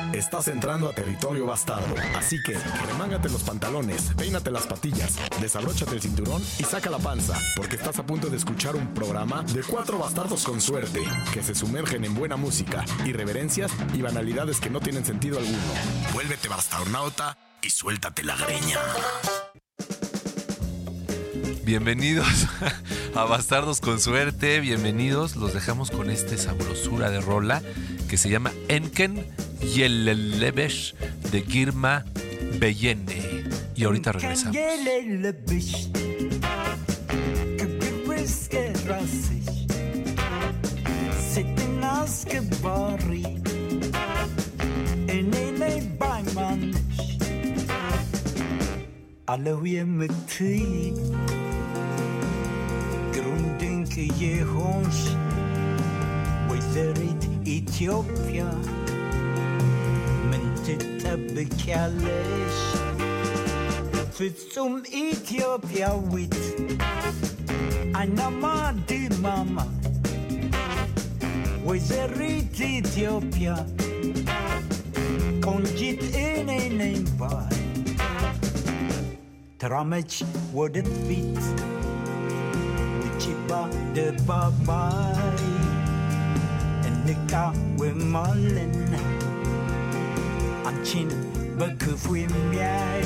Estás entrando a territorio bastardo, así que remángate los pantalones, peínate las patillas, desabróchate el cinturón y saca la panza, porque estás a punto de escuchar un programa de 4 bastardos con suerte, que se sumergen en buena música, irreverencias y banalidades que no tienen sentido alguno. Vuélvete bastarnauta y suéltate la greña. Bienvenidos a Bastardos con Suerte, bienvenidos. Los dejamos con esta sabrosura de rola que se llama Enken Yelelebesh de Girma Beyene. Y ahorita regresamos. Grundinke Jehons, Witherit Ethiopia, Mentita Bekalish, Fitzum Ethiopia wit, Anama di Mama, Witherit Ethiopia, Conjit in a name by Tramech wouldn't fit. Chiba de babai Nika we malen Anchin bakufui miai.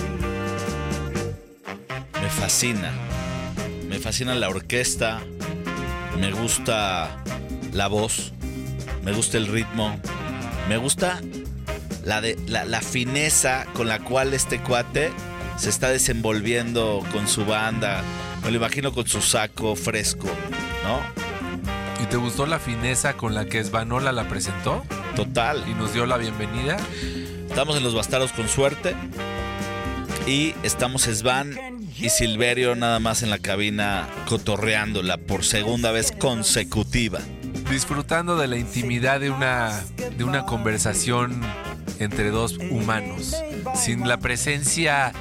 Me fascina la orquesta, me gusta la voz, me gusta el ritmo, me gusta la fineza con la cual este cuate se está desenvolviendo con su banda. Me lo imagino con su saco fresco, ¿no? ¿Y te gustó la fineza con la que Svanola la presentó? Total. Y nos dio la bienvenida. Estamos en Los Bastardos con Suerte. Y estamos Svan y Silverio nada más en la cabina cotorreándola por segunda vez consecutiva. Disfrutando de la intimidad de una conversación entre dos humanos. Sin la presencia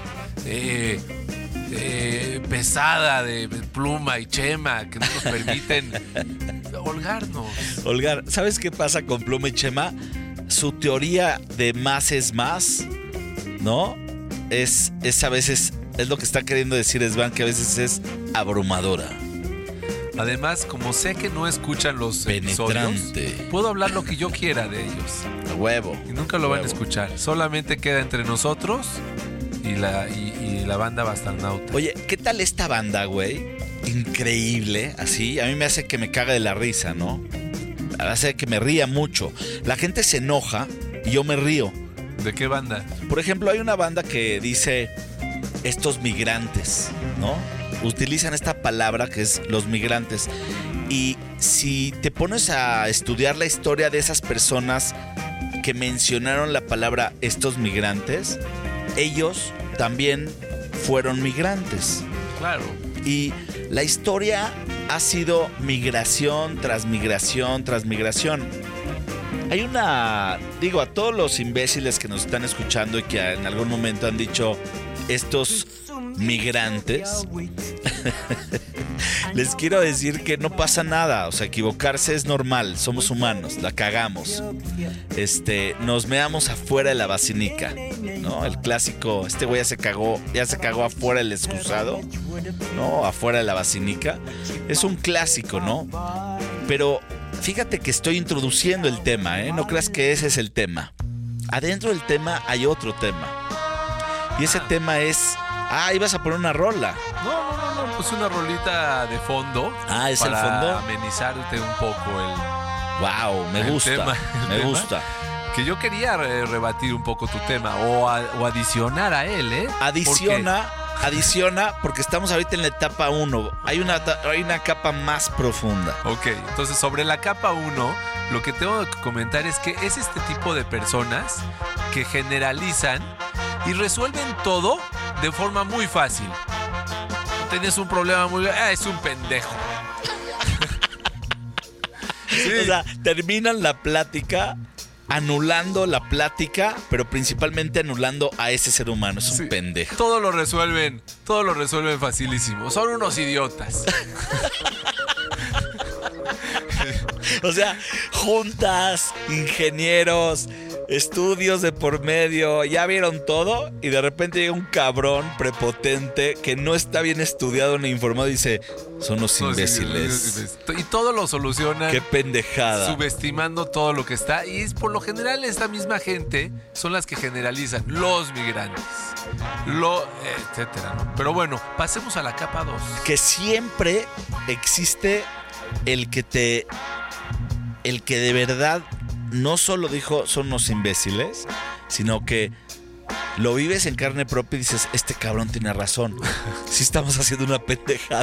pesada de Pluma y Chema que no nos permiten holgarnos. ¿Sabes qué pasa con Pluma y Chema? Su teoría de más es más, ¿no? Es a veces, es lo que está queriendo decir Svan, que a veces es abrumadora. Además, como sé que no escuchan los episodios, puedo hablar lo que yo quiera de ellos. A huevo. Y nunca lo van a escuchar. Solamente queda entre nosotros y la banda Bastarnauta. Oye, ¿qué tal esta banda, güey? Increíble, así. A mí me hace que me cague de la risa, ¿no? Me hace que me ría mucho. La gente se enoja y yo me río. ¿De qué banda? Por ejemplo, hay una banda que dice estos migrantes, ¿no? Utilizan esta palabra que es los migrantes. Y si te pones a estudiar la historia de esas personas que mencionaron la palabra estos migrantes, ellos también fueron migrantes. Claro. Y la historia ha sido migración tras migración tras migración. Hay a todos los imbéciles que nos están escuchando y que en algún momento han dicho estos migrantes, les quiero decir que no pasa nada. O sea, equivocarse es normal, somos humanos, la cagamos. Nos meamos afuera de la basinica, ¿no? El clásico, este güey ya se cagó afuera del excusado, ¿no? Afuera de la basinica. Es un clásico, ¿no? Pero fíjate que estoy introduciendo el tema, ¿eh? No creas que ese es el tema. Adentro del tema hay otro tema. Y ese tema es... ibas a poner una rola. No, pues una rolita de fondo. ¿Es el fondo? Para amenizarte un poco el... Wow, me gusta. Me gusta. Que yo quería rebatir un poco tu tema o adicionar a él, ¿eh? Adiciona, porque estamos ahorita en la etapa 1. Hay una capa más profunda. Ok, entonces sobre la capa 1, lo que tengo que comentar es que es este tipo de personas que generalizan y resuelven todo de forma muy fácil. Tienes un problema es un pendejo. Sí. O sea, terminan la plática anulando la plática, pero principalmente anulando a ese ser humano. Es un pendejo. Todo lo resuelven facilísimo. Son unos idiotas. O sea, juntas, ingenieros, estudios de por medio, ya vieron todo y de repente llega un cabrón prepotente que no está bien estudiado ni informado y dice, son unos imbéciles. Y todo lo solucionan. Qué pendejada. Subestimando todo lo que está. Y es por lo general esta misma gente son las que generalizan. Los migrantes. Etcétera, ¿no? Pero bueno, pasemos a la capa 2. Que siempre existe el que de verdad no solo dijo son unos imbéciles, sino que lo vives en carne propia y dices, este cabrón tiene razón. Sí estamos haciendo una pendejada.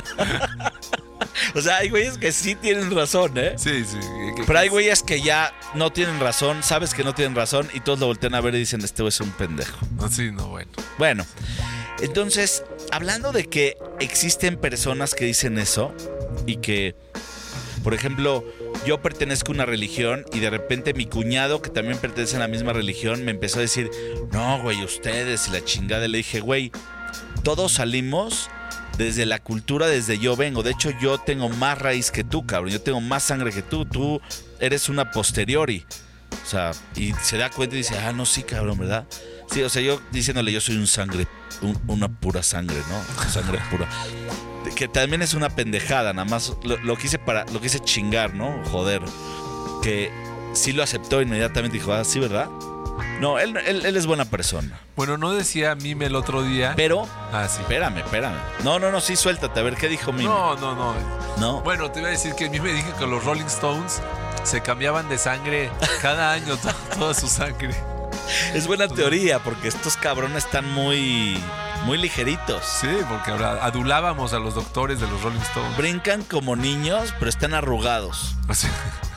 O sea, hay güeyes que sí tienen razón, ¿eh? Sí. Pero hay güeyes que ya no tienen razón, sabes que no tienen razón y todos lo voltean a ver y dicen, este güey es un pendejo. Sí, no, bueno. Bueno, entonces, hablando de que existen personas que dicen eso y que, por ejemplo, yo pertenezco a una religión y de repente mi cuñado, que también pertenece a la misma religión, me empezó a decir, no, güey, ustedes y la chingada. Y le dije, güey, todos salimos desde la cultura, desde yo vengo. De hecho, yo tengo más raíz que tú, cabrón. Yo tengo más sangre que tú. Tú eres una posteriori. O sea, y se da cuenta y dice, no, sí, cabrón, ¿verdad? Sí, o sea, yo diciéndole, yo soy una pura sangre, ¿no? Sangre pura. Que también es una pendejada, nada más lo quise chingar, ¿no? Joder. Que sí lo aceptó inmediatamente, dijo, sí, ¿verdad? No, él es buena persona. Bueno, no decía Mime el otro día. Pero, sí. Espérame. No, sí, suéltate, a ver, ¿qué dijo Mime? No. Bueno, te iba a decir que Mime dijo que los Rolling Stones se cambiaban de sangre cada año, toda su sangre. Es buena teoría, porque estos cabrones están muy ligeritos. Sí, porque ahora adulábamos a los doctores de los Rolling Stones. Brincan como niños, pero están arrugados. Sí.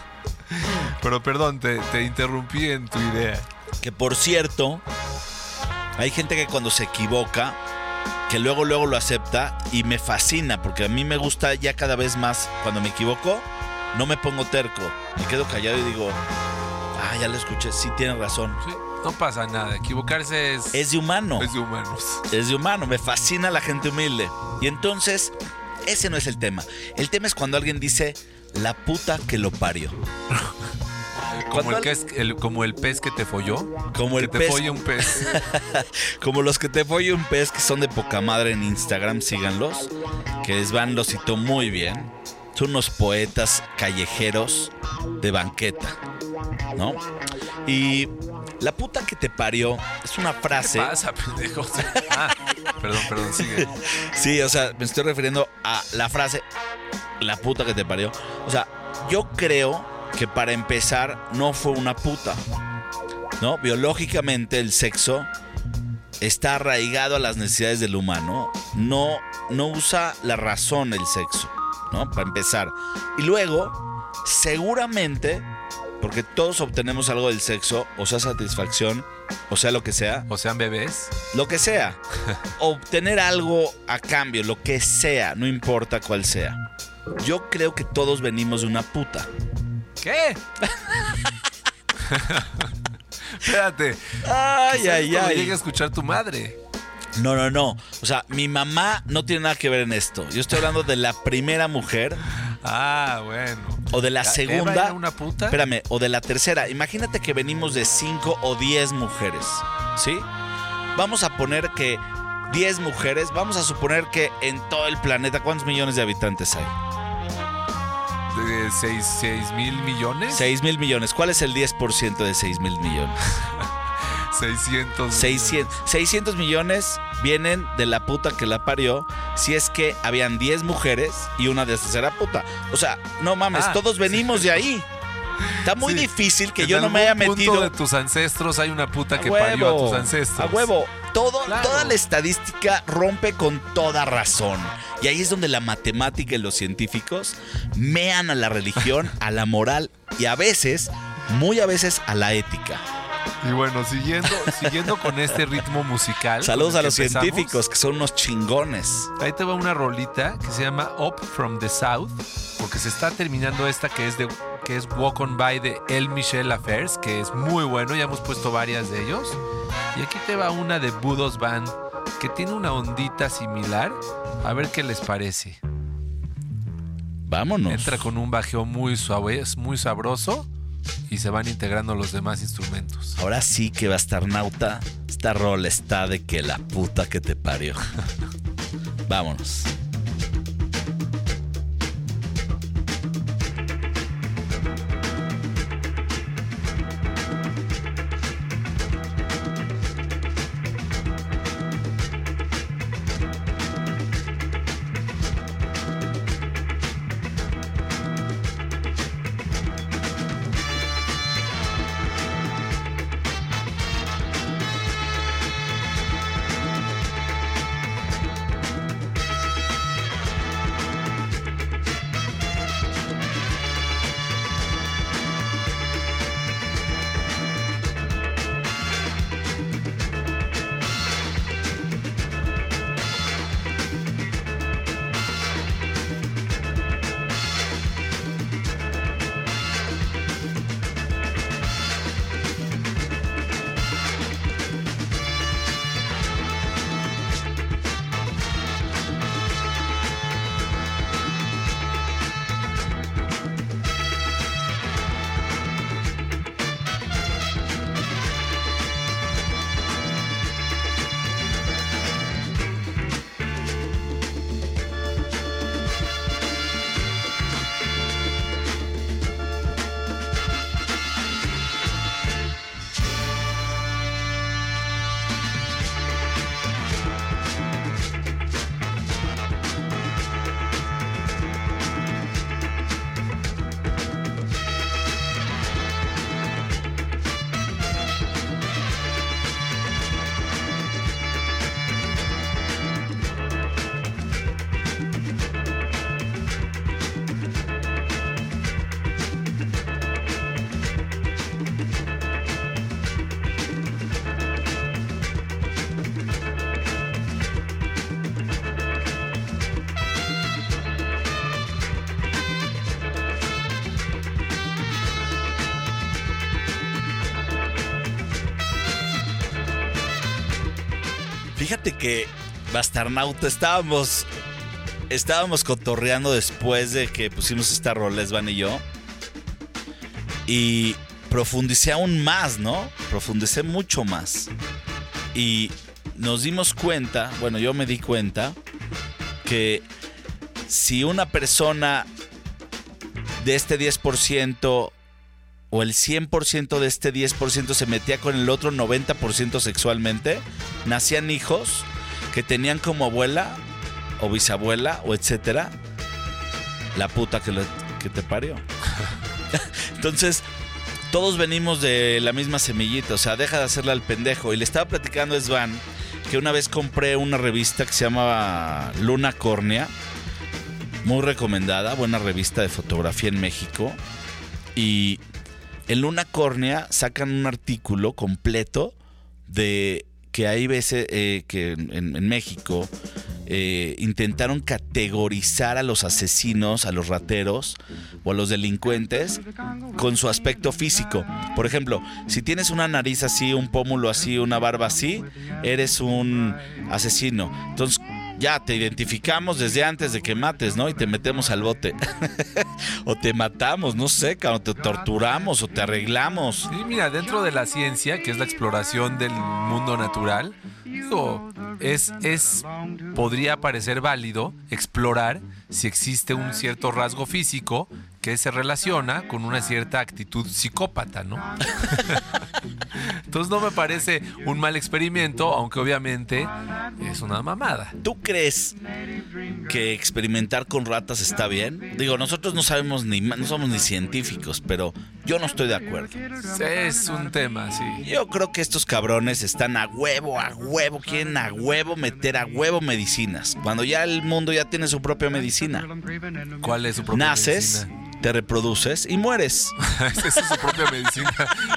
Pero perdón, te interrumpí en tu idea. Que por cierto, hay gente que cuando se equivoca, que luego lo acepta y me fascina, porque a mí me gusta ya cada vez más. Cuando me equivoco, no me pongo terco, me quedo callado y digo, ya lo escuché, sí tiene razón. Sí, no pasa nada, equivocarse es de humano. Es de humanos. Es de humano, me fascina la gente humilde. Y entonces, ese no es el tema. El tema es cuando alguien dice, la puta que lo parió. Como el pez que te folló. Como el que pez. te folle un pez. Como los que te folle un pez, que son de poca madre en Instagram, síganlos. Que Svan los citó muy bien. Son unos poetas callejeros de banqueta, ¿no? Y la puta que te parió es una frase. ¿Qué pasa, pendejo? Perdón, sigue. Sí, o sea, me estoy refiriendo a la frase, la puta que te parió. O sea, yo creo que para empezar no fue una puta, ¿no? Biológicamente el sexo está arraigado a las necesidades del humano. No usa la razón el sexo, ¿no? Para empezar. Y luego, seguramente, porque todos obtenemos algo del sexo, o sea, satisfacción, o sea, lo que sea. O sean bebés. Lo que sea. Obtener algo a cambio, lo que sea, no importa cuál sea. Yo creo que todos venimos de una puta. ¿Qué? Espérate. Ay. Llega a escuchar tu madre. No. O sea, mi mamá no tiene nada que ver en esto. Yo estoy hablando de la primera mujer. Bueno. O de la segunda. ¿Era una puta? Espérame, o de la tercera. Imagínate que venimos de 5 o 10 mujeres, ¿sí? Vamos a poner que 10 mujeres. Vamos a suponer que en todo el planeta, ¿cuántos millones de habitantes hay? ¿De 6 mil millones? 6 mil millones. ¿Cuál es el 10% de 6 mil millones? 600 millones vienen de la puta que la parió. Si es que habían 10 mujeres y una de esas era puta. O sea, no mames, todos venimos de ahí. Está muy difícil que yo no me haya metido. En de tus ancestros hay una puta que parió a tus ancestros. A huevo. Claro. Toda la estadística rompe con toda razón. Y ahí es donde la matemática y los científicos mean a la religión, a la moral y a veces, muy a veces, a la ética. Y bueno, siguiendo con este ritmo musical. Saludos a los científicos, que son unos chingones. Ahí te va una rolita que se llama Up from the South, porque se está terminando esta que es Walk On By de El Michel Affairs, que es muy bueno, ya hemos puesto varias de ellos. Y aquí te va una de Budos Band, que tiene una ondita similar. A ver qué les parece. Vámonos. Entra con un bajeo muy suave, es muy sabroso. y se van integrando los demás instrumentos. Ahora sí que Bastarnauta, esta rola está de que la puta que te parió. Vámonos. Fíjate que Bastarnauta estábamos cotorreando después de que pusimos esta rola, Van y yo. Y profundicé aún más, ¿no? Profundicé mucho más. Y nos dimos cuenta, bueno, yo me di cuenta, que si una persona de este 10% o el 100% de este 10% se metía con el otro 90% sexualmente, nacían hijos que tenían como abuela o bisabuela o etcétera la puta que te parió. Entonces, todos venimos de la misma semillita, o sea, deja de hacerle al pendejo. Y le estaba platicando a Svan que una vez compré una revista que se llama Luna Córnea, muy recomendada, buena revista de fotografía en México. Y en Luna Córnea sacan un artículo completo de que hay veces que en México intentaron categorizar a los asesinos, a los rateros o a los delincuentes con su aspecto físico. Por ejemplo, si tienes una nariz así, un pómulo así, una barba así, eres un asesino. Entonces ya te identificamos desde antes de que mates, ¿no? Y te metemos al bote. O te matamos, no sé, o te torturamos o te arreglamos. Sí, mira, dentro de la ciencia, que es la exploración del mundo natural, digo, podría parecer válido explorar si existe un cierto rasgo físico que se relaciona con una cierta actitud psicópata, ¿no? Entonces no me parece un mal experimento, aunque obviamente es una mamada. ¿Tú crees que experimentar con ratas está bien? Digo, nosotros no somos ni científicos, pero yo no estoy de acuerdo. Es un tema, sí. Yo creo que estos cabrones están a huevo, quieren a huevo meter a huevo medicinas. Cuando ya el mundo ya tiene su propia medicina. ¿Cuál es su propia medicina? Naces, te reproduces y mueres. Esa es su propia medicina.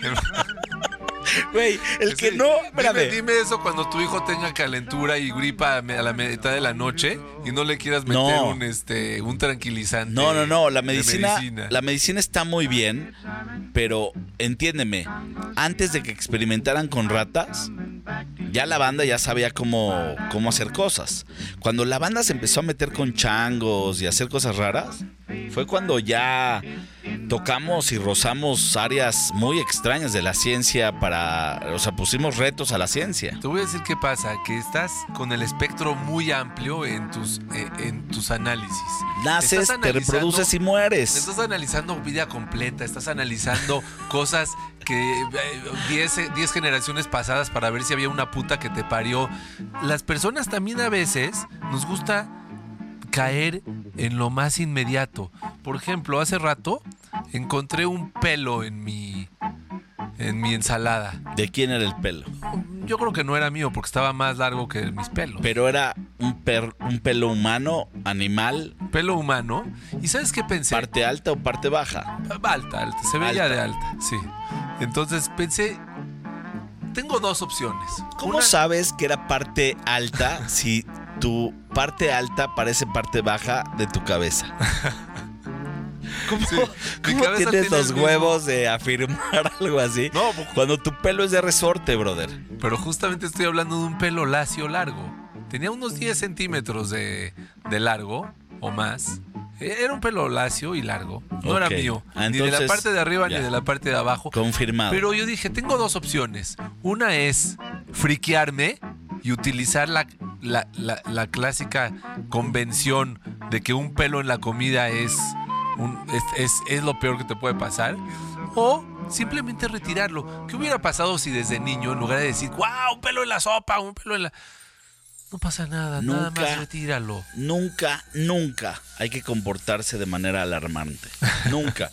Güey, el que no... Dime eso cuando tu hijo tenga calentura y gripa a la mitad de la noche y no le quieras meter un tranquilizante. No. La medicina está muy bien, pero entiéndeme, antes de que experimentaran con ratas, ya la banda ya sabía cómo hacer cosas. Cuando la banda se empezó a meter con changos y a hacer cosas raras, fue cuando ya tocamos y rozamos áreas muy extrañas de la ciencia o sea, pusimos retos a la ciencia. Te voy a decir qué pasa, que estás con el espectro muy amplio en tus análisis. Naces, te reproduces y mueres. Estás analizando vida completa, estás analizando cosas que 10 generaciones pasadas para ver si había una puta que te parió. Las personas también a veces nos gusta caer en lo más inmediato. Por ejemplo, hace rato encontré un pelo en mi ensalada. ¿De quién era el pelo? Yo creo que no era mío porque estaba más largo que mis pelos. Pero era un pelo humano, animal. Pelo humano. ¿Y sabes qué pensé? ¿Parte alta o parte baja? Alta. Se veía de alta, sí. Entonces pensé, tengo dos opciones. ¿Cómo sabes que era parte alta si tu parte alta parece parte baja de tu cabeza? ¿Cómo, Sí, mi ¿cómo cabeza tienes tiene los el mismo- huevos de afirmar algo así? No, cuando tu pelo es de resorte, brother. pero justamente estoy hablando de un pelo lacio largo. Tenía unos 10 centímetros de largo o más. Era un pelo lacio y largo. No era Ok. mío. Ni de Entonces, la parte de arriba ya. ni de la parte de abajo. Confirmado. Pero yo dije, tengo dos opciones. Una es friquearme y utilizar la clásica convención de que un pelo en la comida es lo peor que te puede pasar. O simplemente retirarlo. ¿Qué hubiera pasado si desde niño, en lugar de decir, ¡wow! Un pelo en la sopa, un pelo en la... No pasa nada, nada Nunca. más retíralo. Nunca hay que comportarse de manera alarmante. Nunca.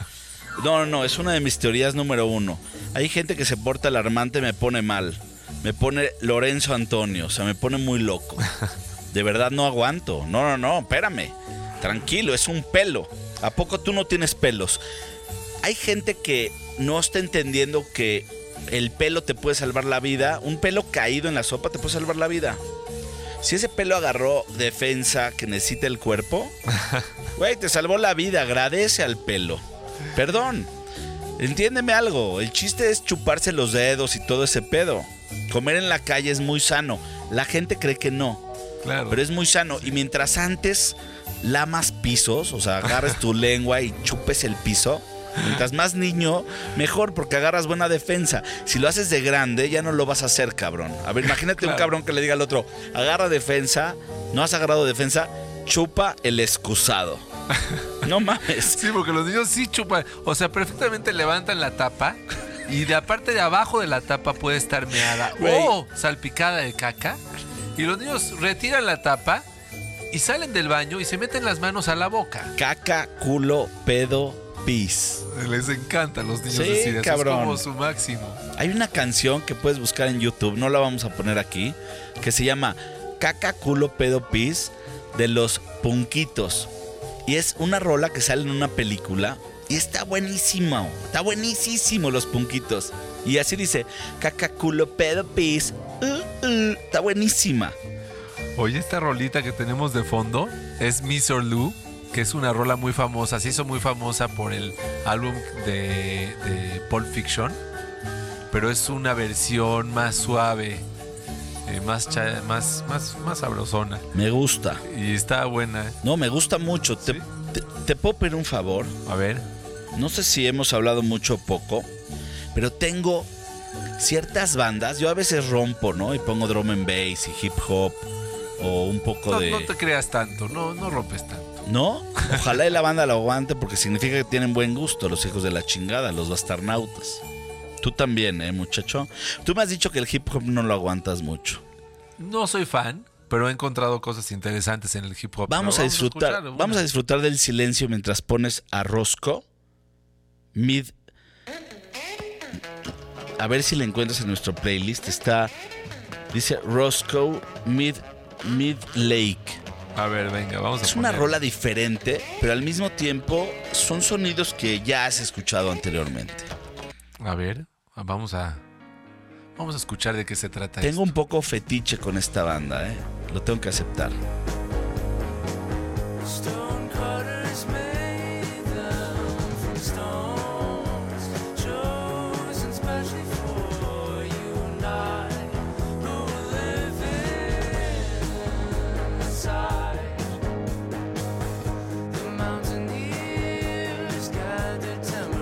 No, es una de mis teorías número 1. Hay gente que se porta alarmante, me pone mal. Me pone Lorenzo Antonio, o sea, me pone muy loco. De verdad no aguanto. No, espérame. Tranquilo, es un pelo. ¿A poco tú no tienes pelos? Hay gente que no está entendiendo que el pelo te puede salvar la vida. Un pelo caído en la sopa te puede salvar la vida. Si ese pelo agarró defensa que necesita el cuerpo, güey, te salvó la vida, agradece al pelo. Perdón, entiéndeme algo, el chiste es chuparse los dedos y todo ese pedo. Comer en la calle es muy sano, la gente cree que no, Claro. pero es muy sano. Y mientras antes lamas pisos, o sea, agarres tu lengua y chupes el piso, mientras más niño, mejor, porque agarras buena defensa. Si lo haces de grande, ya no lo vas a hacer, cabrón. A ver, imagínate Claro. un cabrón que le diga al otro, agarra defensa, no has agarrado defensa, chupa el excusado. No mames. Sí, porque los niños sí chupan. O sea, perfectamente levantan la tapa y de la parte de abajo de la tapa puede estar meada Güey. o salpicada de caca. Y los niños retiran la tapa y salen del baño y se meten las manos a la boca. Caca, culo, pedo, pis. Les encanta a los niños Sí, decir eso. cabrón. Es como su máximo. Hay una canción que puedes buscar en YouTube, no la vamos a poner aquí, que se llama Caca, culo, pedo, pis, de los Punquitos. Y es una rola que sale en una película y está buenísimo. Está buenísimo los Punquitos. Y así dice, caca, culo, pedo, pis. Está buenísima. Oye, esta rolita que tenemos de fondo es Miss Lou, que es una rola muy famosa. Se hizo muy famosa por el álbum de Pulp Fiction, pero es una versión más suave, más sabrosona. Me gusta. Y está buena. No, me gusta mucho. ¿Sí? ¿Te puedo pedir un favor? A ver. No sé si hemos hablado mucho o poco, pero tengo ciertas bandas. Yo a veces rompo, ¿no? Y pongo drum and bass y hip hop o un poco No, de... no te creas tanto, no rompes tanto. ¿No? Ojalá y la banda lo aguante porque significa que tienen buen gusto los hijos de la chingada, los bastarnautas. Tú también, muchacho. Tú me has dicho que el hip hop no lo aguantas mucho. No soy fan, pero he encontrado cosas interesantes en el hip hop. Vamos Pero a disfrutar, escuchar vamos a una. disfrutar del silencio mientras pones a Roscoe Mid. A ver si la encuentras en nuestro playlist. Dice Roscoe Mid Lake. A ver, venga, vamos a Es una poner. rola diferente, pero al mismo tiempo son sonidos que ya has escuchado anteriormente. A ver, vamos a escuchar de qué se trata. Tengo esto. un poco fetiche con esta banda, lo tengo que aceptar. Stonecutters made them from stones, chosen specially for you and I, who live inside. The mountaineers gathered timber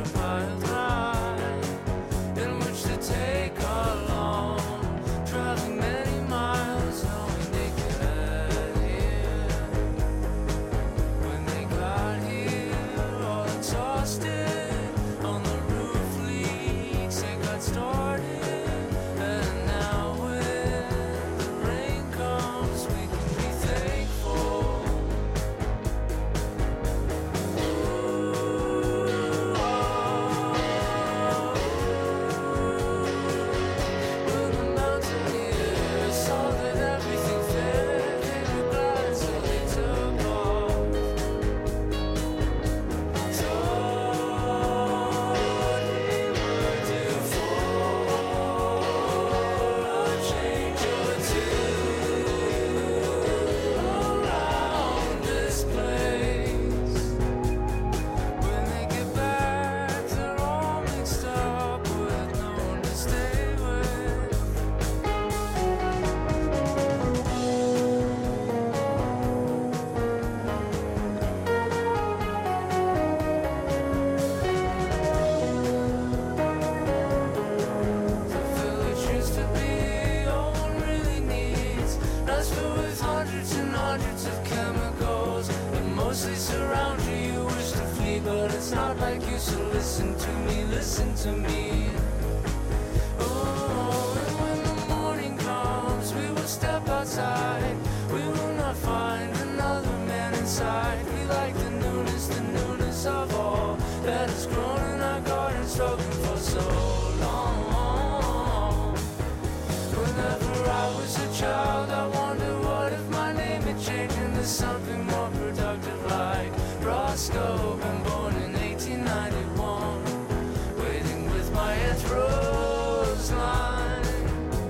listen to me. Oh, and when the morning comes, we will step outside. We will not find another man inside. We like the newness of all that has grown in our garden, spoken for so long. Whenever I was a child, I wonder what if my name had changed into something more productive, like Roscoe, been born in 1891, waiting with my Aunt Roseline.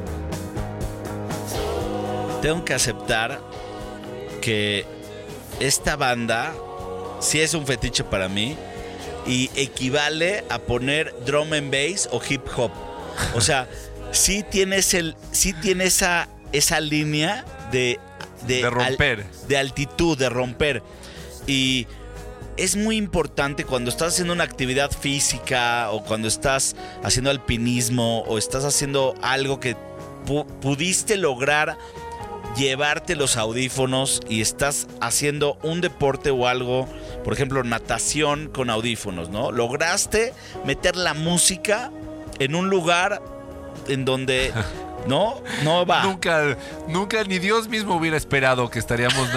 Tengo que aceptar que esta banda sí es un fetiche para mí y equivale a poner drum and bass o hip hop. O sea, sí tiene esa línea de romper. de altitud, de romper. Y es muy importante cuando estás haciendo una actividad física o cuando estás haciendo alpinismo o estás haciendo algo que pudiste lograr llevarte los audífonos y estás haciendo un deporte o algo, por ejemplo, natación con audífonos, ¿no? Lograste meter la música en un lugar en donde no va. Nunca ni Dios mismo hubiera esperado que estaríamos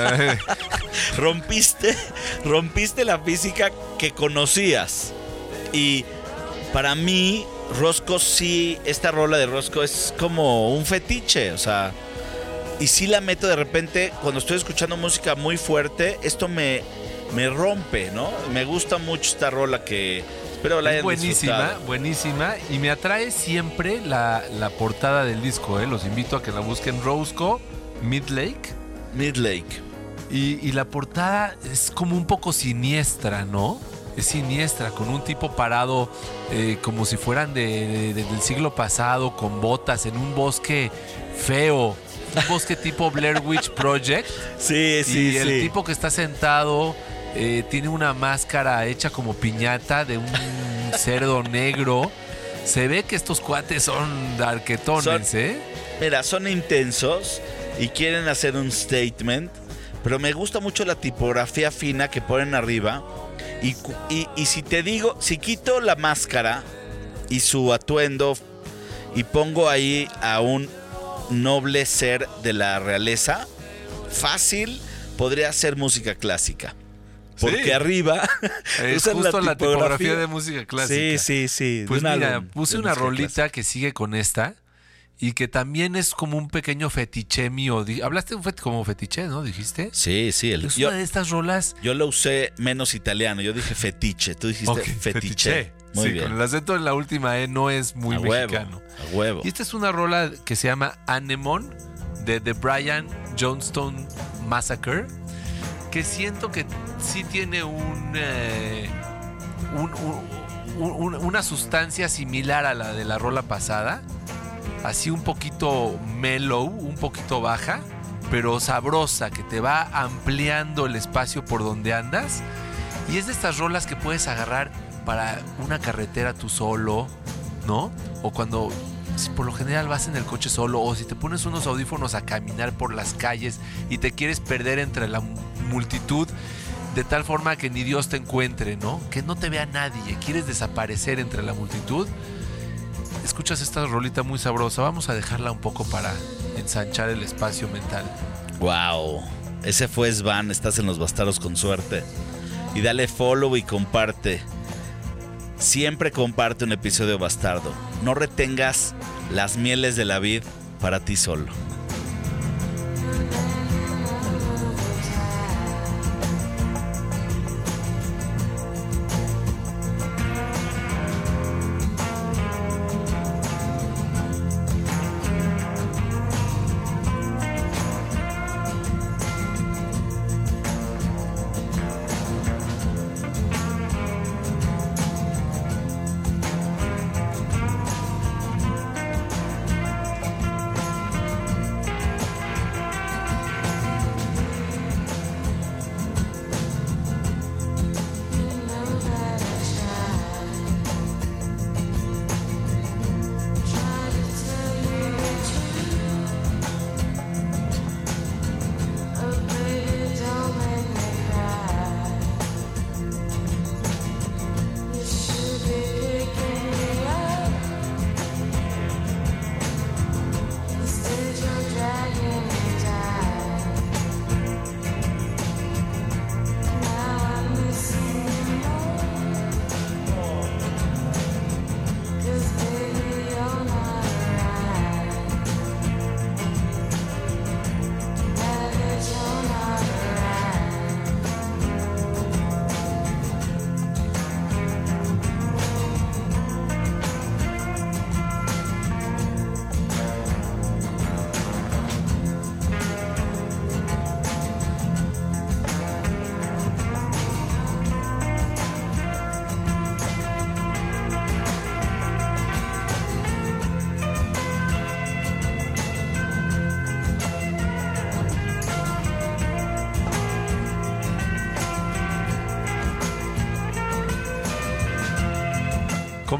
rompiste la física que conocías. Y para mí Roscoe, sí, esta rola de Roscoe es como un fetiche, o sea, y sí la meto de repente cuando estoy escuchando música muy fuerte, esto me rompe, ¿no? Me gusta mucho esta rola, que espero la hayan disfrutado. Buenísima, y me atrae siempre la portada del disco, ¿eh? Los invito a que la busquen, Roscoe Midlake. Y la portada es como un poco siniestra, ¿no? Es siniestra, con un tipo parado como si fueran del siglo pasado, con botas, en un bosque feo. Un bosque tipo Blair Witch Project. Sí. Y el tipo que está sentado tiene una máscara hecha como piñata de un cerdo negro. Se ve que estos cuates son darketones, Mira, son intensos y quieren hacer un statement, pero me gusta mucho la tipografía fina que ponen arriba. Y si te digo, si quito la máscara y su atuendo y pongo ahí a un noble ser de la realeza, fácil podría ser música clásica. Porque sí, arriba es justo la tipografía de música clásica. Sí. Pues mira, puse una rolita clásica que sigue con esta y que también es como un pequeño fetiche mío. Hablaste como fetiche, ¿no? ¿Dijiste? Sí. Es una de estas rolas. Yo lo usé menos italiano. Yo dije fetiche. Tú dijiste fetiche. Muy bien. Con el acento en la última E no es muy mexicano. A huevo. Y esta es una rola que se llama Anemone, de The Brian Johnston Massacre, que siento que sí tiene una sustancia similar a la de la rola pasada, así un poquito mellow, un poquito baja, pero sabrosa, que te va ampliando el espacio por donde andas. Y es de estas rolas que puedes agarrar para una carretera tú solo, ¿no? O cuando, si por lo general vas en el coche solo, o si te pones unos audífonos a caminar por las calles y te quieres perder entre la multitud de tal forma que ni Dios te encuentre, ¿no? Que no te vea nadie, quieres desaparecer entre la multitud. Escuchas esta rolita muy sabrosa. Vamos a dejarla un poco para ensanchar el espacio mental. Wow, ese fue Svan. Estás en Los Bastardos con Suerte. Y dale follow y comparte. Siempre comparte un episodio bastardo. No retengas las mieles de la vid para ti solo.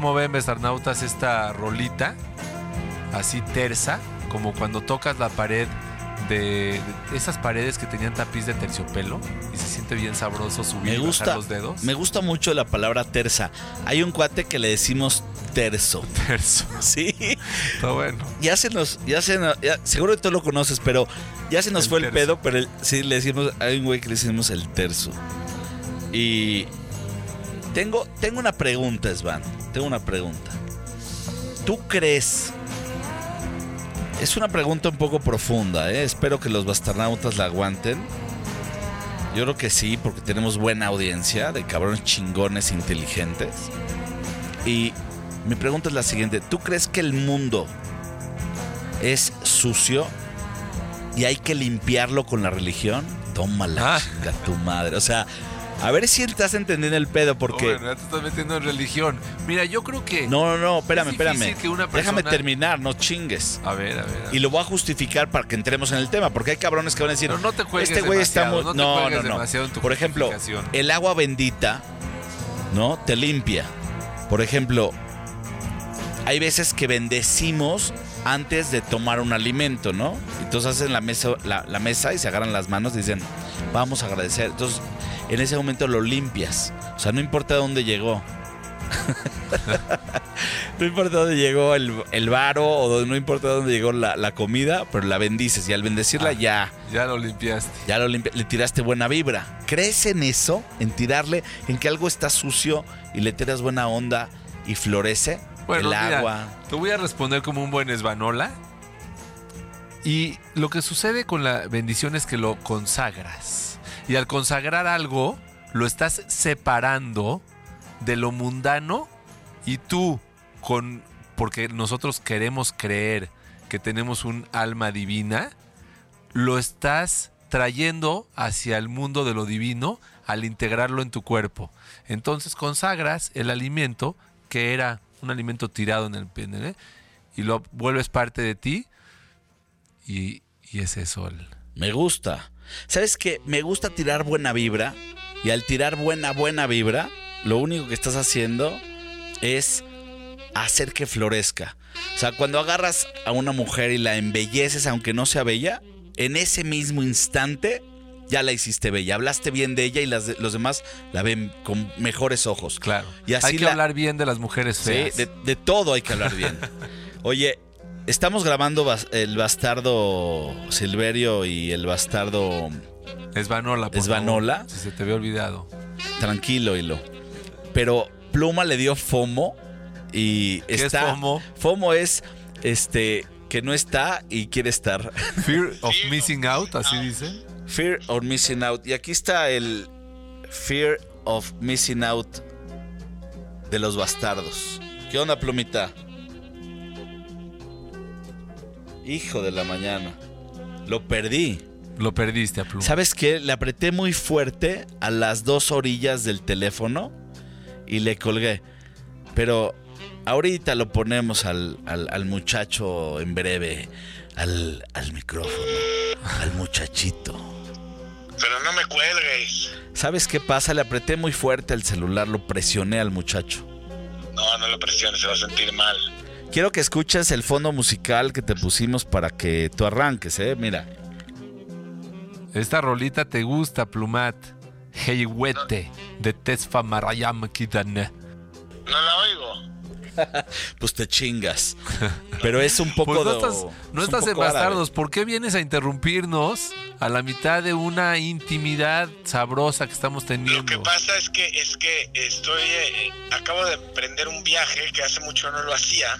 cómo ven, Bastarnautas, esta rolita así tersa, como cuando tocas la pared de esas paredes que tenían tapiz de terciopelo y se siente bien sabroso subir y bajar los dedos. Me gusta mucho la palabra tersa. Hay un cuate que le decimos terzo. Terso. Sí. Está bueno. Seguro que tú lo conoces, pero ya se nos El fue el terzo. pedo, pero sí le decimos, hay un güey que le decimos el terzo. Y tengo una pregunta, Svan. Tengo una pregunta. ¿Tú crees? Es una pregunta un poco profunda, ¿eh? Espero que los bastarnautas la aguanten. Yo creo que sí, porque tenemos buena audiencia de cabrones chingones inteligentes. Y mi pregunta es la siguiente. ¿Tú crees que el mundo es sucio y hay que limpiarlo con la religión? Tómala, chinga tu madre. O sea, a ver si estás entendiendo el pedo, porque... Bueno, ya te estás metiendo en religión. Mira, yo creo que... No, espérame. difícil que una persona- Déjame terminar, no chingues. A ver. Y lo voy a justificar para que entremos en el tema, porque hay cabrones que van a decir, Pero no te juegues este güey está demasiado, muy... no te juegues demasiado en tu Por ejemplo, justificación. el agua bendita, ¿no? Te limpia. Por ejemplo, hay veces que bendecimos antes de tomar un alimento, ¿no? Entonces hacen la mesa y se agarran las manos y dicen, vamos a agradecer. Entonces, en ese momento lo limpias. O sea, no importa dónde llegó. No importa dónde llegó el varo o no importa dónde llegó la comida, pero la bendices. Y al bendecirla ya Ya lo limpiaste. le tiraste buena vibra. ¿Crees en eso? ¿En tirarle? ¿En que algo está sucio y le tiras buena onda y florece? Bueno, el mira, agua. te voy a responder como un buen esbanola. Y lo que sucede con la bendición es que lo consagras. Y al consagrar algo, lo estás separando de lo mundano. Y tú, porque nosotros queremos creer que tenemos un alma divina, lo estás trayendo hacia el mundo de lo divino al integrarlo en tu cuerpo. Entonces consagras el alimento que era un alimento tirado en el pene, y lo vuelves parte de ti, y es eso. Me gusta. ¿Sabes qué? Me gusta tirar buena vibra. Y al tirar buena vibra, lo único que estás haciendo es hacer que florezca. O sea, cuando agarras a una mujer y la embelleces, aunque no sea bella, en ese mismo instante ya la hiciste bella. Hablaste bien de ella y los demás la ven con mejores ojos. Claro. Y así hay que hablar bien de las mujeres feas. Sí, de todo hay que hablar bien. Oye, estamos grabando el bastardo Silverio y el bastardo... Esbanola, por Esbanola. favor, si se te había olvidado. Tranquilo, Hilo. Pero Pluma le dio FOMO y ¿Qué es está... FOMO? FOMO es que no está y quiere estar. Fear of missing out, así dice. Fear of missing out. Y aquí está el Fear of missing out de los bastardos. ¿Qué onda, Plumita? Hijo de la mañana. Lo perdí. Lo perdiste a Pluma. ¿Sabes qué? Le apreté muy fuerte a las dos orillas del teléfono y le colgué. Pero ahorita lo ponemos al muchacho en breve, al micrófono, al muchachito. Pero no me cuelgues. ¿Sabes qué pasa? Le apreté muy fuerte al celular, lo presioné al muchacho. No lo presiones, se va a sentir mal. Quiero que escuches el fondo musical que te pusimos para que tú arranques, Mira. Esta rolita te gusta, Plumat. Heiwete, de Tesfa Marayam Kidane. No la oigo. Pues te chingas. Pero es un poco Pues no de... estás, no estás en Bastardos. ¿Por qué vienes a interrumpirnos a la mitad de una intimidad sabrosa que estamos teniendo? Lo que pasa es que estoy acabo de emprender un viaje que hace mucho no lo hacía.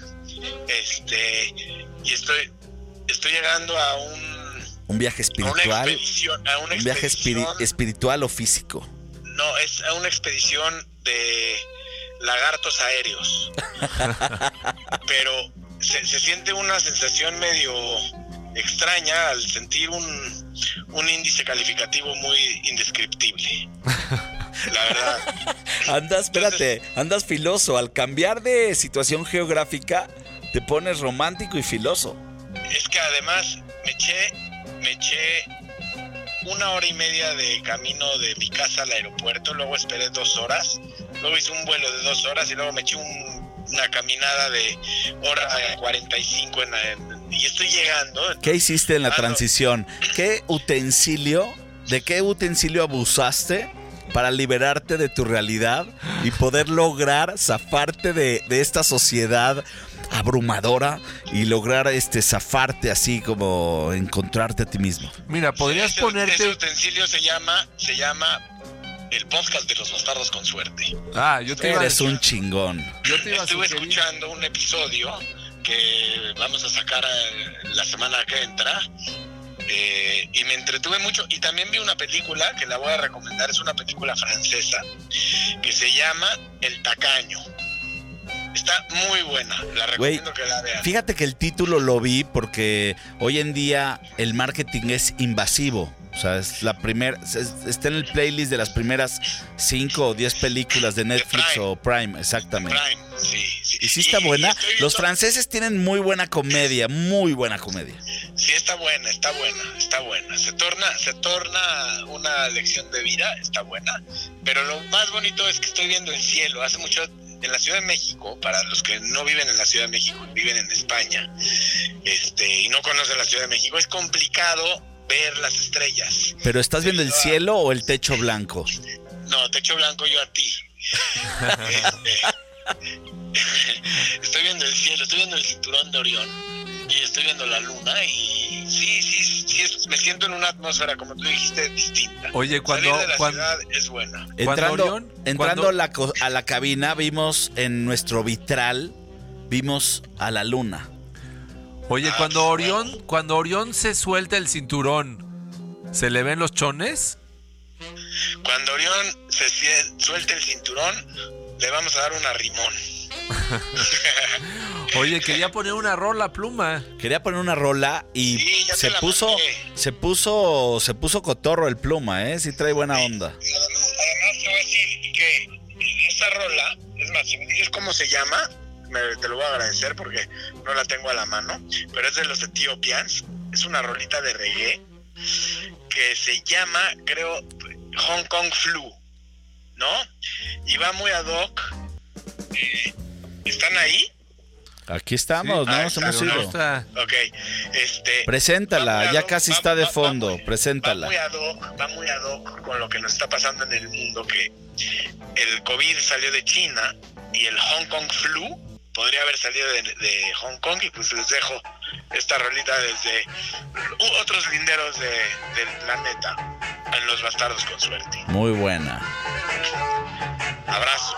Y estoy llegando a un viaje espiritual. a una un viaje expedición. espiritual o físico. No, es a una expedición de lagartos aéreos. Pero se siente una sensación medio extraña al sentir un índice calificativo muy indescriptible. La verdad. Andas filoso. Al cambiar de situación geográfica, te pones romántico y filoso. Es que además me eché 1 hora y media de camino de mi casa al aeropuerto, luego esperé 2 horas, luego hice un vuelo de 2 horas y luego me eché una caminada de hora 45 y estoy llegando. ¿Qué hiciste en la no. transición? ¿De qué utensilio abusaste para liberarte de tu realidad y poder lograr zafarte de esta sociedad abrumadora y lograr zafarte así como encontrarte a ti mismo? Mira, podrías Ese ponerte... utensilio se llama el podcast de los bastardos con suerte. Ah, yo te iba a Eres decir- un chingón. yo te iba a Estuve sugerir- escuchando un episodio que vamos a sacar la semana que entra y me entretuve mucho, y también vi una película que la voy a recomendar. Es una película francesa que se llama El Tacaño. Está muy buena, la recomiendo que la vean. Fíjate que el título lo vi porque hoy en día el marketing es invasivo. O sea, es la primera, está en el playlist de las primeras 5 o 10 películas de Netflix Prime. o Prime, exactamente. Prime, sí. ¿Y sí está buena? estoy viendo- Los franceses tienen muy buena comedia, muy buena comedia. Sí, está buena. Se torna una lección de vida, está buena. Pero lo más bonito es que estoy viendo el cielo. Hace mucho en la Ciudad de México, para los que no viven en la Ciudad de México, viven en España, y no conocen la Ciudad de México, es complicado ver las estrellas. ¿Pero estás viendo el cielo o el techo blanco? No, techo blanco yo a ti. Estoy viendo el cielo, estoy viendo el cinturón de Orión y estoy viendo la luna y sí, me siento en una atmósfera, como tú dijiste, distinta. Oye, Salir de la ciudad es buena. Entrando a la cabina, vimos en nuestro vitral, vimos a la luna. Oye, Ah, cuando bueno. Orión se suelta el cinturón, ¿se le ven los chones? Cuando Orión se suelte el cinturón, le vamos a dar un arrimón. Oye, quería poner una rola, Pluma. Quería poner una rola y Sí, ya te se la puso cotorro el Pluma, ¿eh? Sí trae buena onda. Y además te voy a decir que esta rola, es más, si me dices cómo se llama, te lo voy a agradecer porque no la tengo a la mano, pero es de los Ethiopians. Es una rolita de reggae que se llama, creo, Hong Kong Flu, ¿no? Y va muy ad hoc. ¿Están ahí? Aquí estamos, Sí. no nos hemos exacto, ido. ¿no? Está- Ok. Preséntala, va muy ad ya hoc, casi está de va fondo, muy- preséntala. Va muy ad hoc con lo que nos está pasando en el mundo, que el COVID salió de China y el Hong Kong Flu podría haber salido de Hong Kong, y pues les dejo esta rolita desde otros linderos del planeta en Los Bastardos con Suerte. Muy buena. Abrazo.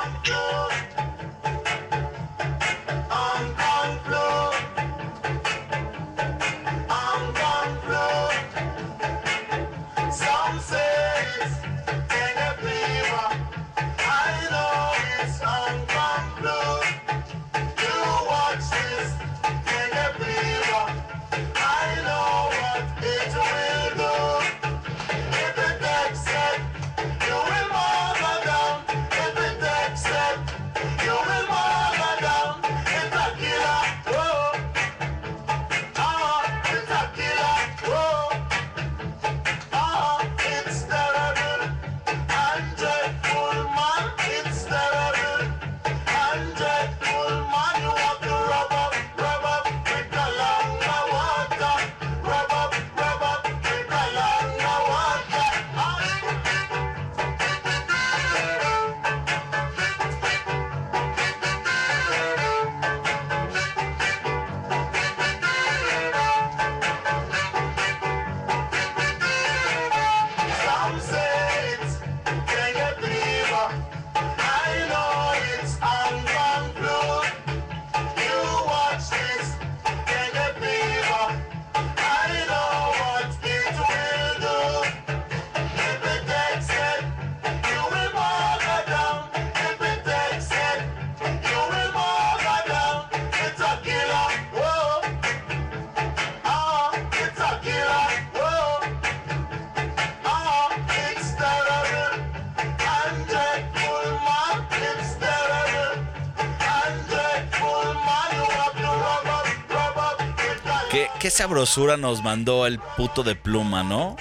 Qué sabrosura nos mandó el puto de Pluma, ¿no?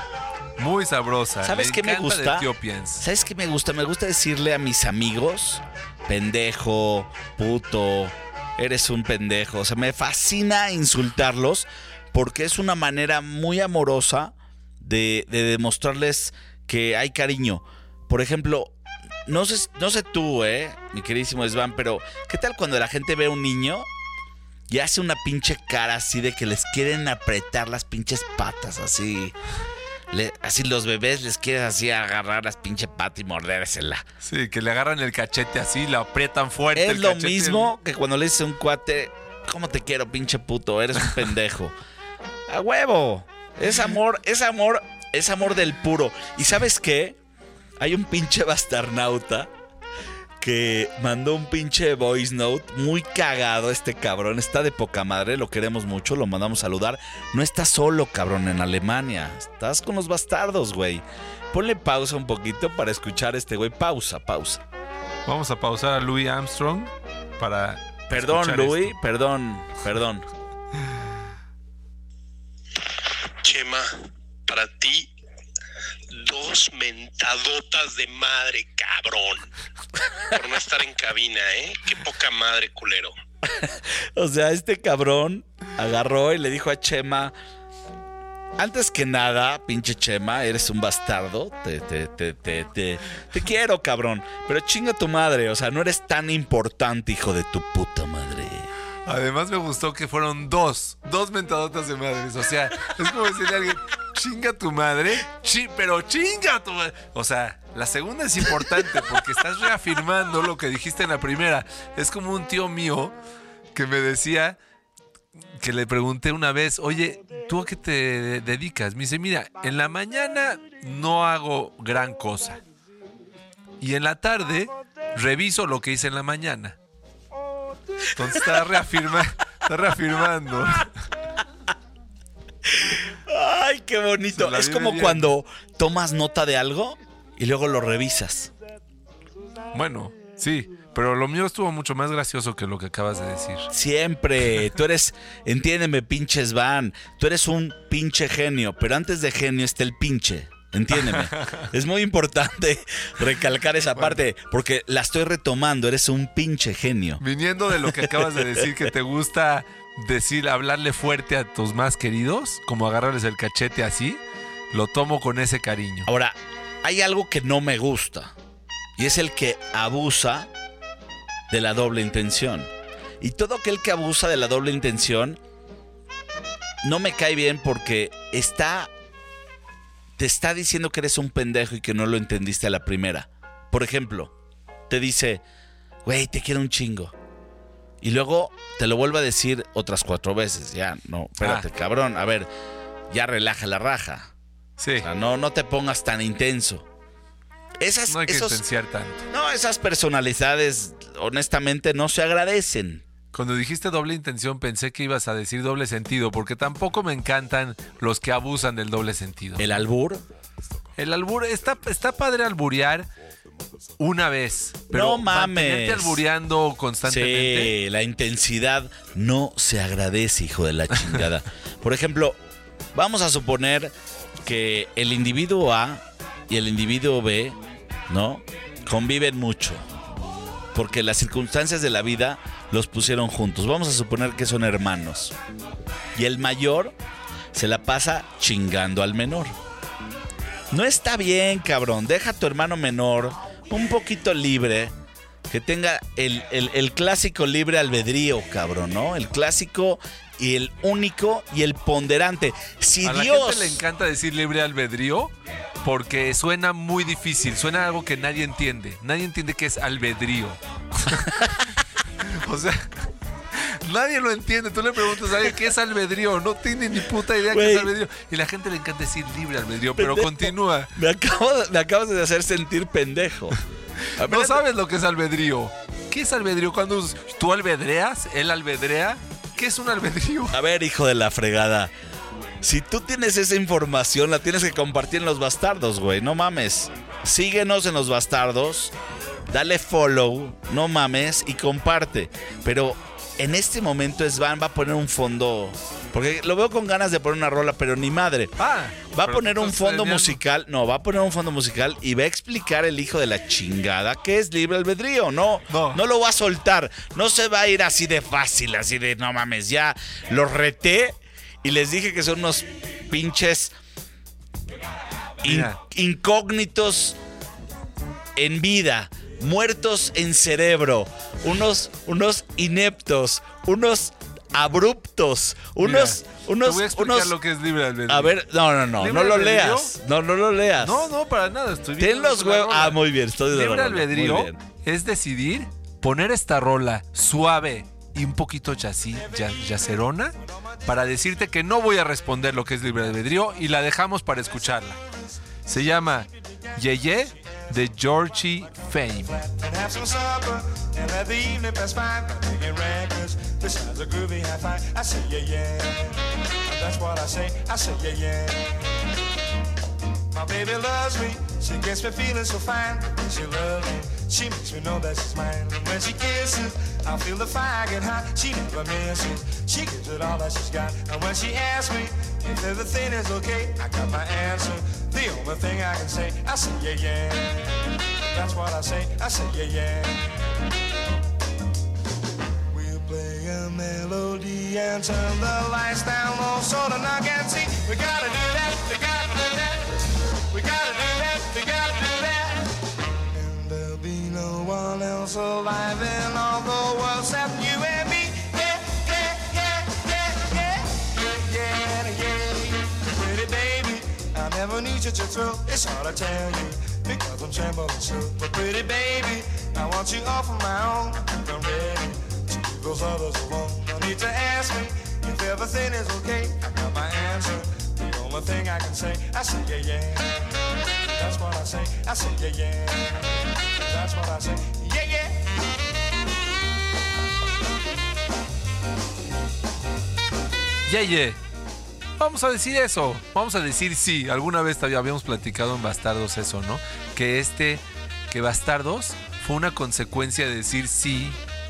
Muy sabrosa. ¿Sabes qué me encanta gusta? de Ethiopians. ¿Sabes qué me gusta? Me gusta decirle a mis amigos pendejo, puto, eres un pendejo. O sea, me fascina insultarlos porque es una manera muy amorosa de demostrarles que hay cariño. Por ejemplo, no sé tú, mi queridísimo Svan, pero ¿qué tal cuando la gente ve a un niño y hace una pinche cara así de que les quieren apretar las pinches patas, así? Así los bebés les quieren así agarrar las pinches patas y mordérsela. Sí, que le agarran el cachete así, le aprietan fuerte. Es lo mismo que cuando le dices a un cuate, ¿cómo te quiero, pinche puto? Eres un pendejo. ¡A huevo! Es amor del puro. ¿Y sabes qué? Hay un pinche bastarnauta que mandó un pinche voice note muy cagado. Este cabrón está de poca madre, lo queremos mucho, lo mandamos a saludar. No estás solo, cabrón, en Alemania. Estás con los bastardos, güey. Ponle pausa un poquito para escuchar a este güey. Pausa. Vamos a pausar a Louis Armstrong para... Perdón, Louis, esto. perdón. Chema, para ti, 2 mentadotas de madre, cabrón. Por no estar en cabina, Qué poca madre, culero. O sea, este cabrón agarró y le dijo a Chema: antes que nada, pinche Chema, eres un bastardo. Te quiero, cabrón. Pero chinga tu madre. O sea, no eres tan importante, hijo de tu puta madre. Además me gustó que fueron dos mentadotas de madres. O sea, es como decirle a alguien, chinga tu madre, pero chinga tu madre. O sea, la segunda es importante porque estás reafirmando lo que dijiste en la primera. Es como un tío mío que me decía, que le pregunté una vez, oye, ¿tú a qué te dedicas? Me dice, mira, en la mañana no hago gran cosa. Y en la tarde reviso lo que hice en la mañana. Entonces está reafirmando. Ay, qué bonito. Es como bien. cuando tomas nota de algo y luego lo revisas. Bueno, sí, pero lo mío estuvo mucho más gracioso que lo que acabas de decir. Siempre. Tú eres, entiéndeme, pinche Svan, tú eres un pinche genio, pero antes de genio está el pinche. Entiéndeme. Es muy importante recalcar esa parte porque la estoy retomando. Eres un pinche genio. Viniendo de lo que acabas de decir, que te gusta hablarle fuerte a tus más queridos, como agarrarles el cachete así, lo tomo con ese cariño. Ahora, hay algo que no me gusta y es el que abusa de la doble intención. Y todo aquel que abusa de la doble intención no me cae bien porque te está diciendo que eres un pendejo y que no lo entendiste a la primera. Por ejemplo, te dice, güey, te quiero un chingo. Y luego te lo vuelve a decir otras 4 veces. Ya, no, espérate, cabrón. A ver, ya relaja la raja. Sí. O sea, no te pongas tan intenso. No hay que intensiar tanto. No, esas personalidades, honestamente, no se agradecen. Cuando dijiste doble intención pensé que ibas a decir doble sentido, porque tampoco me encantan los que abusan del doble sentido. ¿El albur? El albur, está padre alburear una vez, pero no mames. Mantenerte albureando constantemente. Sí, la intensidad no se agradece, hijo de la chingada. Por ejemplo, vamos a suponer que el individuo A y el individuo B, ¿no?, conviven mucho, porque las circunstancias de la vida los pusieron juntos. Vamos a suponer que son hermanos. Y el mayor se la pasa chingando al menor. No está bien, cabrón. Deja a tu hermano menor un poquito libre. Que tenga el clásico libre albedrío, cabrón, ¿no? El clásico y el único y el ponderante. Si a Dios... la gente le encanta decir libre albedrío porque suena muy difícil. Suena algo que nadie entiende. Nadie entiende qué es albedrío. O sea, nadie lo entiende. Tú le preguntas a alguien qué es albedrío, no tiene ni puta idea qué es albedrío. Y a la gente le encanta decir libre albedrío, pero continúa. Me acabas de hacer sentir pendejo. No sabes lo que es albedrío. ¿Qué es albedrío? Cuando tú albedreas, él albedrea. ¿Qué es un albedrío? A ver, hijo de la fregada. Si tú tienes esa información, la tienes que compartir en Los Bastardos, güey. No mames. Síguenos en Los Bastardos. Dale follow, no mames, y comparte. Pero en este momento Svan va a poner un fondo, porque lo veo con ganas de poner una rola, pero ni madre. Va a poner un fondo musical, va a poner un fondo musical y va a explicar el hijo de la chingada que es libre albedrío. No lo va a soltar, no se va a ir así de fácil, así de no mames, ya los reté y les dije que son unos pinches incógnitos en vida, muertos en cerebro, unos ineptos, unos abruptos, te voy a explicar lo que es libre albedrío. A ver, no lo leas. No lo leas. No, para nada, estoy viendo. Ten los huevos. Muy bien, estoy de libre rola. albedrío es decidir poner esta rola suave y un poquito yacerona para decirte que no voy a responder lo que es libre albedrío y la dejamos para escucharla. Se llama Yeye de Georgie Fame. And have some supper and let the evening pass by. Taking records, besides a groovy hi-fi. I say yeah. That's what I say yeah. My baby loves me, she gets me feeling so fine. She loves me, she makes me know that she's mine. And when she kisses, I feel the fire get hot. She never misses, she gives it all that she's got. And when she asks me if everything is okay, I got my answer. The only thing I can say, I say yeah. That's what I say yeah. We'll play a melody and turn the lights down low so the knock can see. We gotta do that, we gotta do that. We gotta do that, we gotta do that. And there'll be no one else alive in all the world except you and me. Pretty baby, I never knew such a thrill. It's hard to tell you because I'm trembling so. But pretty baby, I want you all for my own. I'm ready to leave those others alone. No need to ask me if everything is okay. I got my answer. The only thing I can say, I say yeah. That's what I say yeah. That's what I say, yeah. Yeye. Vamos a decir eso. Vamos a decir sí. Alguna vez habíamos platicado en Bastardos eso, ¿no? Que Bastardos fue una consecuencia de decir sí.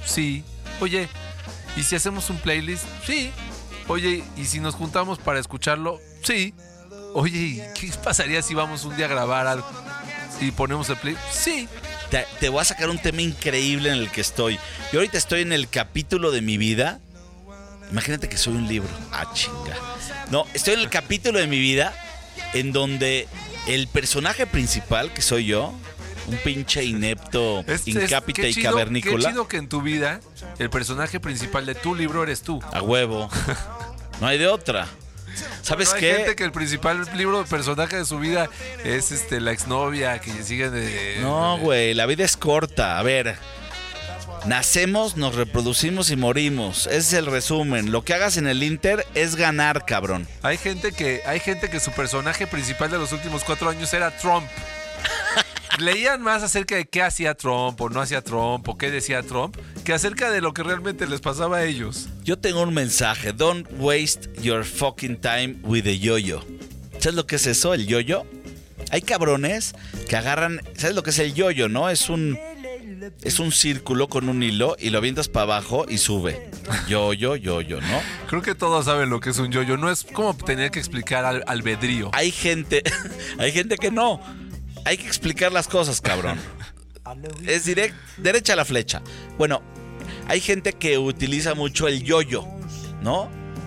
Oye, ¿y si hacemos un playlist? Sí. Oye, ¿y si nos juntamos para escucharlo? Sí. Oye, ¿qué pasaría si vamos un día a grabar algo y ponemos el play? Sí. Te voy a sacar un tema increíble en el que estoy. Yo ahorita estoy en el capítulo de mi vida. Imagínate que soy un libro. Chinga. No, estoy en el capítulo de mi vida en donde el personaje principal, que soy yo, un pinche inepto, incápita y cavernícola. Qué chido que en tu vida el personaje principal de tu libro eres tú. A huevo. No hay de otra. ¿Sabes qué? Hay gente que el principal personaje de su vida es la exnovia que sigue de... No, güey, la vida es corta. A ver, nacemos, nos reproducimos y morimos. Ese es el resumen. Lo que hagas en el Inter es ganar, cabrón. Hay gente que su personaje principal de los últimos 4 años era Trump. Leían más acerca de qué hacía Trump o no hacía Trump o qué decía Trump que acerca de lo que realmente les pasaba a ellos. Yo tengo un mensaje. Don't waste your fucking time with the yo-yo. ¿Sabes lo que es eso, el yo-yo? Hay cabrones que agarran... ¿Sabes lo que es el yo-yo, no? Es un círculo con un hilo y lo avientas para abajo y sube. Yo-yo, ¿no? Creo que todos saben lo que es un yo-yo. No es como tener que explicar albedrío. Hay gente que no. Hay que explicar las cosas, cabrón. Es derecha a la flecha. Bueno, hay gente que utiliza mucho el yo-yo, ¿no?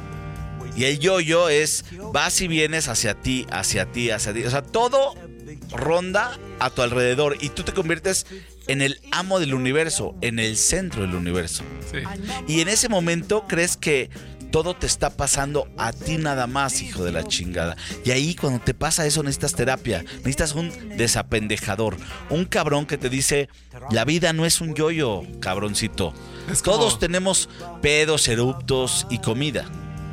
Y el yo-yo es vas y vienes hacia ti. O sea, todo ronda a tu alrededor y tú te conviertes en el amo del universo, en el centro del universo. Sí. Y en ese momento crees que todo te está pasando a ti nada más, hijo de la chingada. Y ahí cuando te pasa eso necesitas terapia, necesitas un desapendejador, un cabrón que te dice, la vida no es un yo-yo, cabroncito. Todos tenemos pedos, eruptos y comida.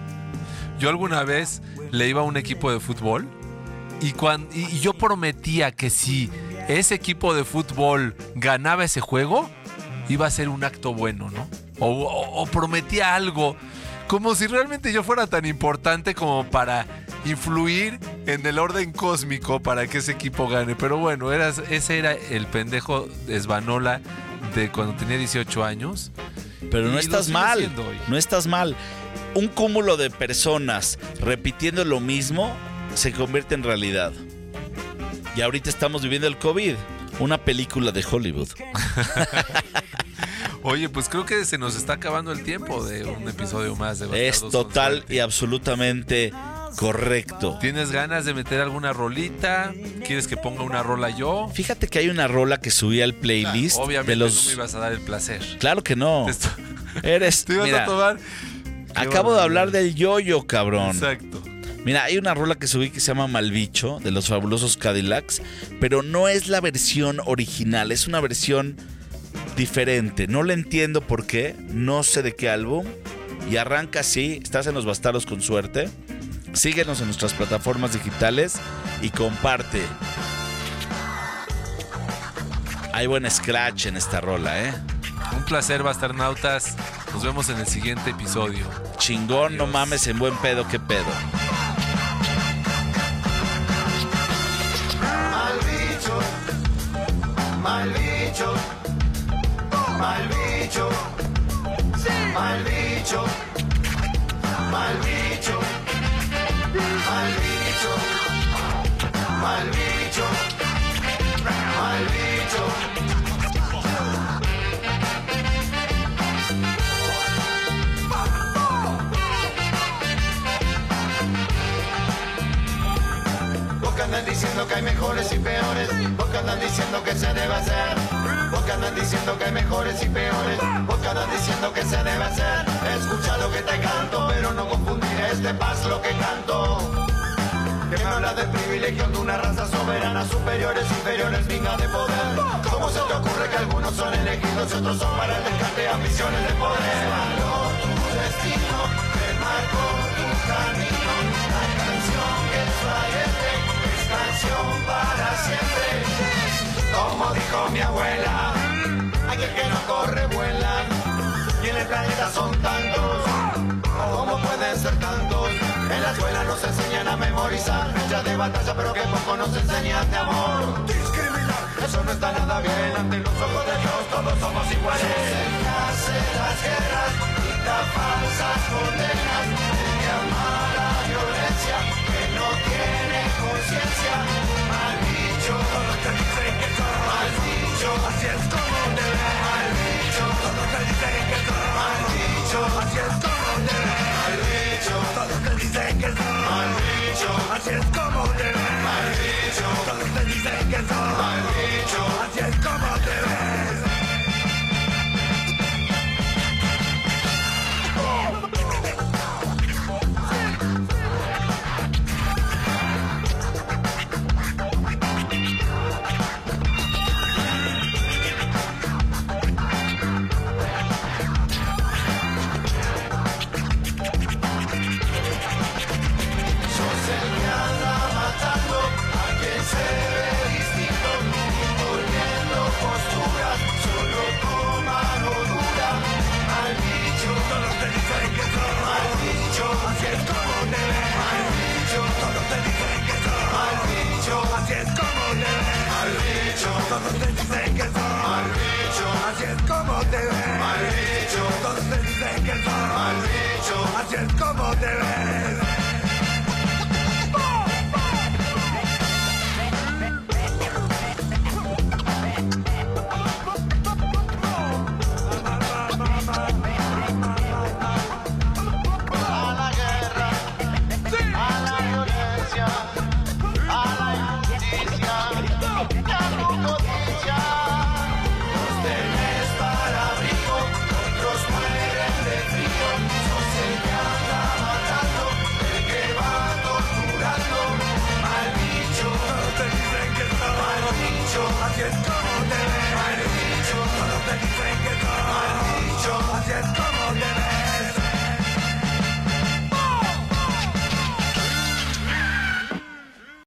Yo alguna vez le iba a un equipo de fútbol y yo prometía que si ese equipo de fútbol ganaba ese juego, iba a ser un acto bueno, ¿no? O prometía algo, como si realmente yo fuera tan importante como para influir en el orden cósmico para que ese equipo gane. Pero bueno, ese era el pendejo de Svanola de cuando tenía 18 años. Pero no Y lo estás sigue mal, siendo hoy. no estás mal. Un cúmulo de personas repitiendo lo mismo se convierte en realidad. Y ahorita estamos viviendo el COVID, una película de Hollywood. Oye, pues creo que se nos está acabando el tiempo de un episodio más de Bastardos Es con total Suerte. y absolutamente correcto. ¿Tienes ganas de meter alguna rolita? ¿Quieres que ponga una rola yo? Fíjate que hay una rola que subí al playlist Obviamente de los... no me ibas a dar el placer. Claro que no. Esto- Eres... Te ibas Mira, a tomar. acabo de hablar del yo-yo, cabrón. Exacto. Mira, hay una rola que subí que se llama Malbicho, de los Fabulosos Cadillacs, pero no es la versión original, es una versión diferente. No le entiendo por qué, no sé de qué álbum, y arranca así. Estás en Los Bastardos con Suerte. Síguenos en nuestras plataformas digitales y comparte. Hay buen scratch en esta rola, ¿eh? Un placer, Bastarnautas. Nos vemos en el siguiente episodio. Chingón, no Adiós. mames, en buen pedo, qué pedo. Mal bicho, mal bicho, mal bicho, mal bicho, mal bicho, mal bicho, mal bicho, mal bicho. Porque andan diciendo que hay mejores y peores, porque andan diciendo que se debe hacer, porque andan diciendo que hay mejores y peores, porque andan diciendo que se debe hacer. Escucha lo que te canto, pero no confundir este paz lo que canto. Que me habla de privilegios de una raza soberana, superiores, inferiores, vinga de poder. ¿Cómo se te ocurre que algunos son elegidos y otros son para el descarte ambiciones de poder? Marcó tu destino, te marcó tu camino, la canción que es trayente es canción para siempre. Como dijo mi abuela, aquel que no corre vuela, y en el planeta son tantos, ¿cómo pueden ser tantos? En la escuela nos enseñan a memorizar fechas de batalla, pero que poco nos enseñan de amor. Discriminar, eso no está nada bien. Ante los ojos de Dios todos somos iguales. Se hace las guerras, dicta falsas condenas, llama la violencia que no tiene conciencia. Mal bicho, todos te dicen que son mal bicho, así es como debe. Mal bicho, todos te dicen que son mal bicho, así es como debe. Mal bicho, todos te dicen que son mal bicho, así es como debe. Mal bicho, todos te dicen que son mal bicho, así es como debe. Sos el que anda matando a quien se ve distinto, imponiendo posturas, solo con mano dura. Mal bicho, todos te dicen que son mal bicho, así es como debe. Mal bicho, todos te dicen que son mal bicho, así es como debe. Mal bicho, todos te dicen que son mal bicho, así es como debe. Mal bicho, todos te dicen que son mal bicho, así es como debe. A la guerra, a la violencia, a la injusticia, a tu codicia. Los tenés para abrigo, otros mueren de frío. Sos el que anda matando, el que va torturando. Mal bicho, todos te dicen que son mal bicho, así es como te ven. Mal bicho, todos te dicen que son mal bicho, así es como